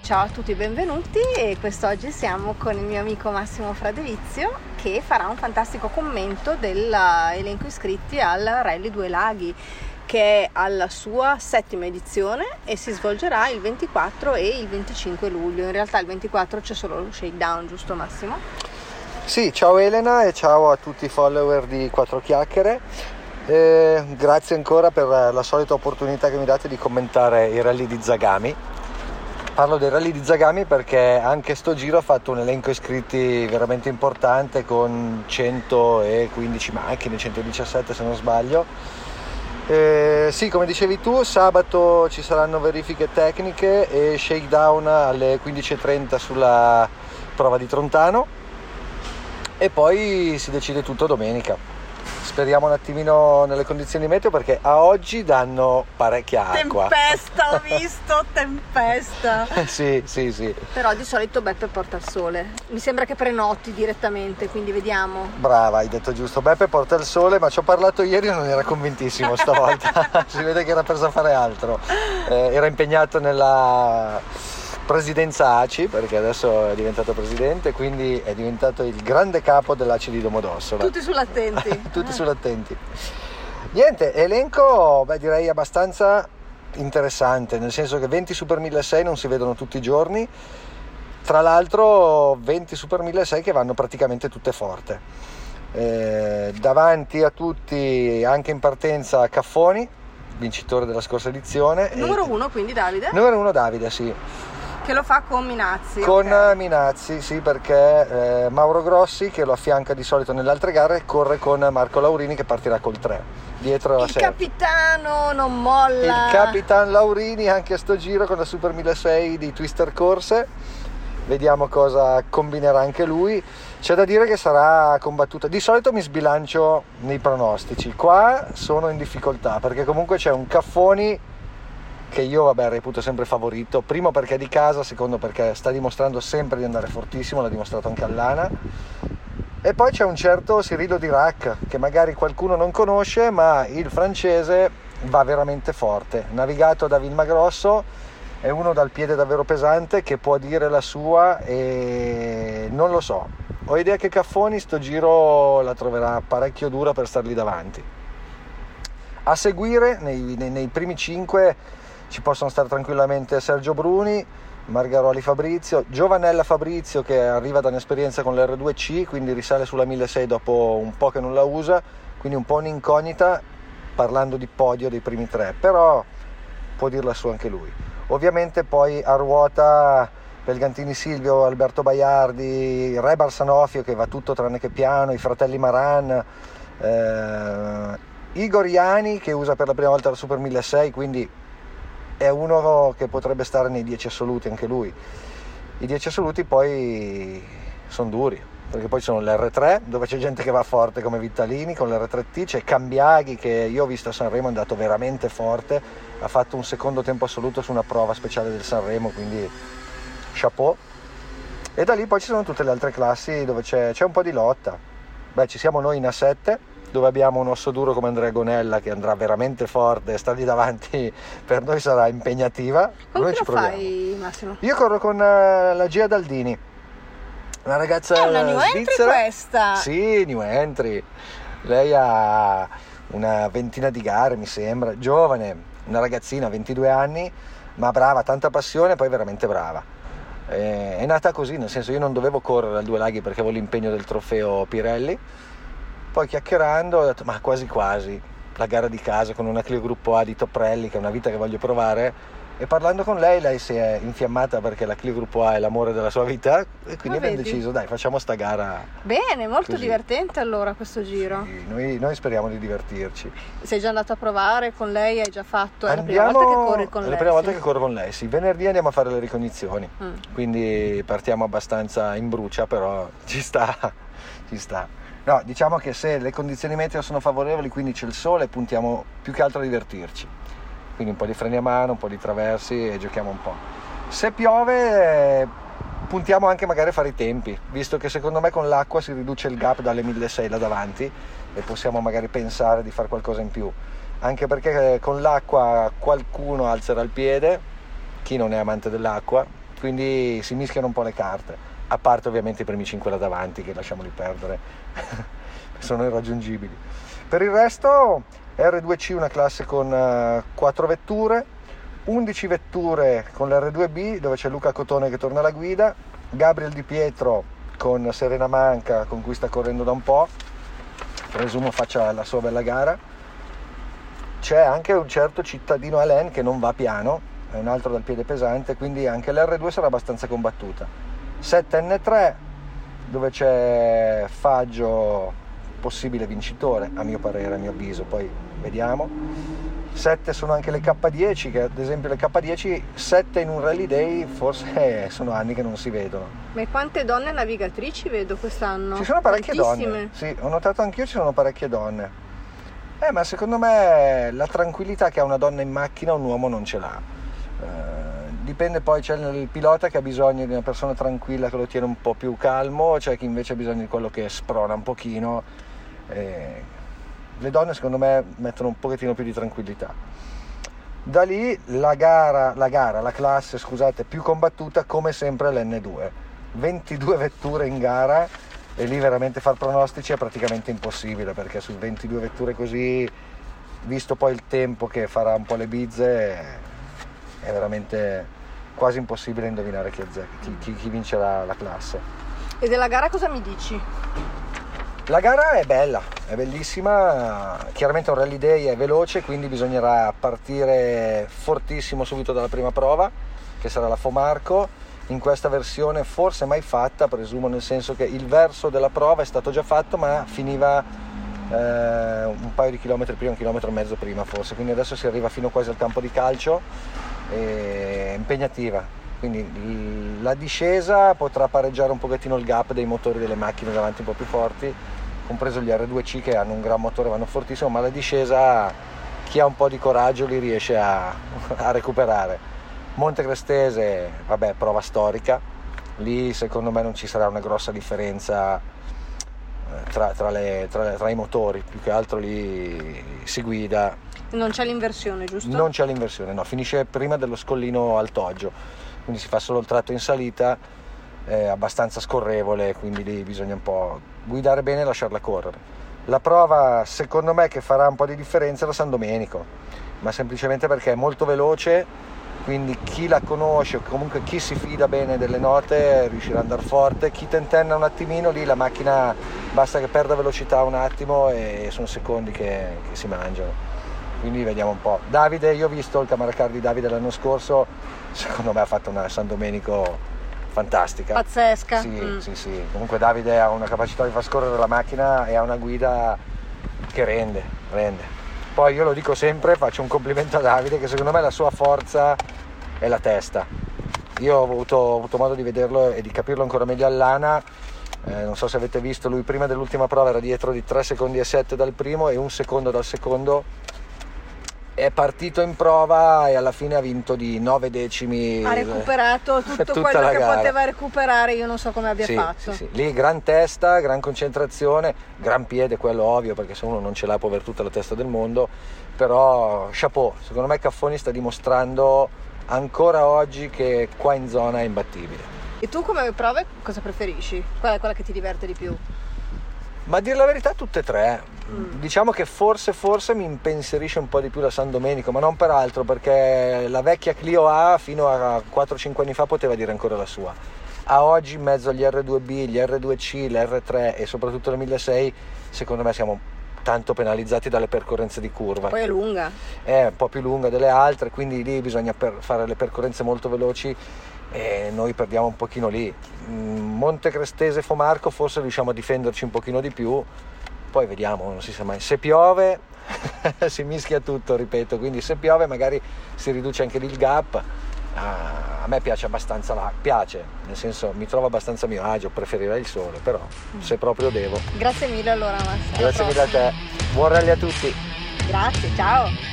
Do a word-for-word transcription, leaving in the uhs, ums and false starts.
ciao a tutti, benvenuti. E quest'oggi siamo con il mio amico Massimo Fradelizio che farà un fantastico commento dell'elenco iscritti al Rally Due Laghi, che è alla sua settima edizione e si svolgerà il ventiquattro e il venticinque luglio. In realtà il ventiquattro c'è solo lo shakedown, giusto Massimo? Sì, ciao Elena e ciao a tutti i follower di Quattro Chiacchiere. Eh, grazie ancora per la solita opportunità che mi date di commentare i rally di Zagami. Parlo dei rally di Zagami perché anche sto giro ha fatto un elenco iscritti veramente importante con centoquindici macchine, centodiciassette se non sbaglio. Eh, sì, come dicevi tu, sabato ci saranno verifiche tecniche e shakedown alle quindici e trenta sulla prova di Trontano e poi si decide tutto domenica. Speriamo un attimino nelle condizioni meteo perché a oggi danno parecchia acqua. Tempesta, ho visto, tempesta. Sì, sì, sì. Però di solito Beppe porta il sole. Mi sembra che prenoti direttamente, quindi vediamo. Brava, hai detto giusto. Beppe porta il sole, ma ci ho parlato ieri e non era convintissimo stavolta. Si vede che era preso a fare altro. Eh, era impegnato nella presidenza A C I, perché adesso è diventato presidente, quindi è diventato il grande capo dell'A C I di Domodossola. Tutti sull'attenti. Tutti sull'attenti. Niente, elenco, beh, direi abbastanza interessante, nel senso che venti Super milleseicento non si vedono tutti i giorni, tra l'altro venti Super milleseicento che vanno praticamente tutte forte. Eh, davanti a tutti, anche in partenza, Caffoni, vincitore della scorsa edizione. Numero uno quindi Davide? Numero uno Davide, sì. Che lo fa con Minazzi. Con okay. Minazzi, sì, perché eh, Mauro Grossi, che lo affianca di solito nelle altre gare, corre con Marco Laurini che partirà col tre. Dietro la Il capitano non molla. Il capitano Laurini anche a sto giro con la Super milleseicento di Twister Corse. Vediamo cosa combinerà anche lui. C'è da dire che sarà combattuta. Di solito mi sbilancio nei pronostici. Qua sono in difficoltà perché comunque c'è un Caffoni che io vabbè reputo sempre favorito, primo perché è di casa, secondo perché sta dimostrando sempre di andare fortissimo, l'ha dimostrato anche all'Ana, e poi c'è un certo Cyril Dirac che magari qualcuno non conosce, ma il francese va veramente forte, navigato da Vilmagrosso, è uno dal piede davvero pesante che può dire la sua e non lo so, ho idea che Caffoni sto giro la troverà parecchio dura per stargli davanti. A seguire nei, nei, nei primi cinque ci possono stare tranquillamente Sergio Bruni, Margaroli Fabrizio, Giovanella Fabrizio che arriva da un'esperienza con l'R due C, quindi risale sulla milleseicento dopo un po' che non la usa, quindi un po' un'incognita parlando di podio dei primi tre, però può dirla su anche lui. Ovviamente poi a ruota Pelgantini Silvio, Alberto Baiardi, Re Barsanofio che va tutto tranne che piano, i fratelli Maran, eh, Igor Iani che usa per la prima volta la Super milleseicento, quindi è uno che potrebbe stare nei dieci assoluti anche lui. I dieci assoluti poi sono duri, perché poi sono l'R tre dove c'è gente che va forte come Vittalini, con l'R tre T c'è Cambiaghi che io ho visto a Sanremo, è andato veramente forte, ha fatto un secondo tempo assoluto su una prova speciale del Sanremo, quindi chapeau. E da lì poi ci sono tutte le altre classi dove c'è, c'è un po' di lotta. Beh, ci siamo noi in A sette dove abbiamo un osso duro come Andrea Gonella che andrà veramente forte, stargli davanti per noi sarà impegnativa. Con noi chi ci lo proviamo. fai Massimo? Io corro con uh, la Gia Daldini, una ragazza è una new svizzera. entry questa? Sì, new entry. Lei ha una ventina di gare mi sembra, giovane, una ragazzina, ventidue anni, ma brava, tanta passione, poi veramente brava. Eh, è nata così, nel senso io non dovevo correre al Due Laghi perché avevo l'impegno del trofeo Pirelli. Poi chiacchierando ho detto ma quasi quasi la gara di casa con una Clio Gruppo A di Top Rally che è una vita che voglio provare, e parlando con lei lei si è infiammata perché la Clio Gruppo A è l'amore della sua vita e quindi abbiamo deciso dai facciamo sta gara. Bene, molto così. Divertente allora questo giro. Sì, noi, noi speriamo di divertirci. Sei già andato a provare con lei? Hai già fatto? È Andiamo, la prima volta che corri con è lei? la prima volta sì. che corro con lei, sì. Venerdì andiamo a fare le ricognizioni, mm. quindi partiamo abbastanza in brucia, però ci sta, ci sta. No, diciamo che se le condizioni meteo sono favorevoli, quindi c'è il sole, puntiamo più che altro a divertirci. Quindi un po' di freni a mano, un po' di traversi e giochiamo un po'. Se piove puntiamo anche magari a fare i tempi, visto che secondo me con l'acqua si riduce il gap dalle milleseicento là davanti e possiamo magari pensare di fare qualcosa in più. Anche perché con l'acqua qualcuno alzerà il piede, chi non è amante dell'acqua, quindi si mischiano un po' le carte, a parte ovviamente i primi cinque là davanti che lasciamoli perdere, sono irraggiungibili. Per il resto R due C una classe con uh, quattro vetture, undici vetture con l'R due B dove c'è Luca Cotone che torna alla guida, Gabriel Di Pietro con Serena Manca con cui sta correndo da un po', presumo faccia la sua bella gara. C'è anche un certo cittadino Alain che non va piano, è un altro dal piede pesante, quindi anche l'R due sarà abbastanza combattuta. sette N tre dove c'è Faggio, possibile vincitore a mio parere, a mio avviso, poi vediamo. sette sono anche le K dieci, che ad esempio le K dieci sette in un rally day forse sono anni che non si vedono. Ma quante donne navigatrici vedo quest'anno? Ci sono parecchie donne, sì, ho notato anch'io, ci sono parecchie donne. Eh, ma secondo me la tranquillità che ha una donna in macchina un uomo non ce l'ha. Eh, dipende, poi c'è il pilota che ha bisogno di una persona tranquilla che lo tiene un po' più calmo, c'è chi invece ha bisogno di quello che sprona un pochino. Eh, le donne secondo me mettono un pochettino più di tranquillità. Da lì la gara, la gara, la classe, scusate, più combattuta come sempre l'N due. ventidue vetture in gara e lì veramente far pronostici è praticamente impossibile, perché su ventidue vetture così, visto poi il tempo che farà un po' le bizze, è veramente quasi impossibile indovinare chi, chi, chi, chi vincerà la classe. E della gara cosa mi dici? La gara è bella, è bellissima, chiaramente un rally day è veloce, quindi bisognerà partire fortissimo subito dalla prima prova, che sarà la Fomarco. In questa versione forse mai fatta, presumo, nel senso che il verso della prova è stato già fatto, ma finiva eh, un paio di chilometri prima, un chilometro e mezzo prima forse, quindi adesso si arriva fino quasi al campo di calcio, è impegnativa, quindi la discesa potrà pareggiare un pochettino il gap dei motori delle macchine davanti un po' più forti, compreso gli R due C che hanno un gran motore, vanno fortissimo, ma la discesa chi ha un po' di coraggio li riesce a, a recuperare. Monte Crestese, vabbè, prova storica, lì secondo me non ci sarà una grossa differenza tra, tra, le, tra, tra i motori, più che altro lì si guida. Non c'è l'inversione, giusto? Non c'è l'inversione, no, finisce prima dello scollino Altoggio, quindi si fa solo il tratto in salita, è abbastanza scorrevole, quindi lì bisogna un po' guidare bene e lasciarla correre. La prova secondo me che farà un po' di differenza è la San Domenico, ma semplicemente perché è molto veloce, quindi chi la conosce o comunque chi si fida bene delle note riuscirà ad andare forte, chi tentenna un attimino lì la macchina basta che perda velocità un attimo e sono secondi che, che si mangiano, quindi vediamo un po'. Davide, io ho visto il camaracar di Davide l'anno scorso, secondo me ha fatto una San Domenico fantastica, pazzesca. Sì, mm. sì, sì, comunque Davide ha una capacità di far scorrere la macchina e ha una guida che rende, rende. Poi io lo dico sempre, faccio un complimento a Davide che secondo me la sua forza è la testa. Io ho avuto, ho avuto modo di vederlo e di capirlo ancora meglio all'Ana, eh, non so se avete visto, lui prima dell'ultima prova era dietro di tre secondi e sette dal primo e un secondo dal secondo, è partito in prova e alla fine ha vinto di nove decimi. Ha recuperato tutto quello che gara. poteva recuperare, io non so come abbia sì, fatto. Sì, sì. Lì gran testa, gran concentrazione, gran piede, quello ovvio, perché se uno non ce l'ha può avere tutta la testa del mondo, però chapeau, secondo me Caffoni sta dimostrando ancora oggi che qua in zona è imbattibile. E tu come prove cosa preferisci? Qual è quella che ti diverte di più? Ma a dire la verità tutte e tre. Mm. Diciamo che forse forse mi impensierisce un po' di più la San Domenico, ma non per altro, perché la vecchia Clio A fino a quattro cinque anni fa poteva dire ancora la sua. A oggi in mezzo agli R due B, gli R due C, l'R tre e soprattutto le milleseicento, secondo me siamo tanto penalizzati dalle percorrenze di curva. Poi è lunga. È un po' più lunga delle altre, quindi lì bisogna per fare le percorrenze molto veloci e noi perdiamo un pochino lì. Monte Crestese, Fomarco forse riusciamo a difenderci un pochino di più, poi vediamo, non si sa mai. Se piove si mischia tutto, ripeto, quindi se piove magari si riduce anche lì il gap. Ah, a me piace abbastanza, la piace, nel senso mi trovo abbastanza a mio agio, preferirei il sole, però se proprio devo. Grazie mille allora Massimo. Grazie mille a te, buon rally a tutti. Grazie, ciao.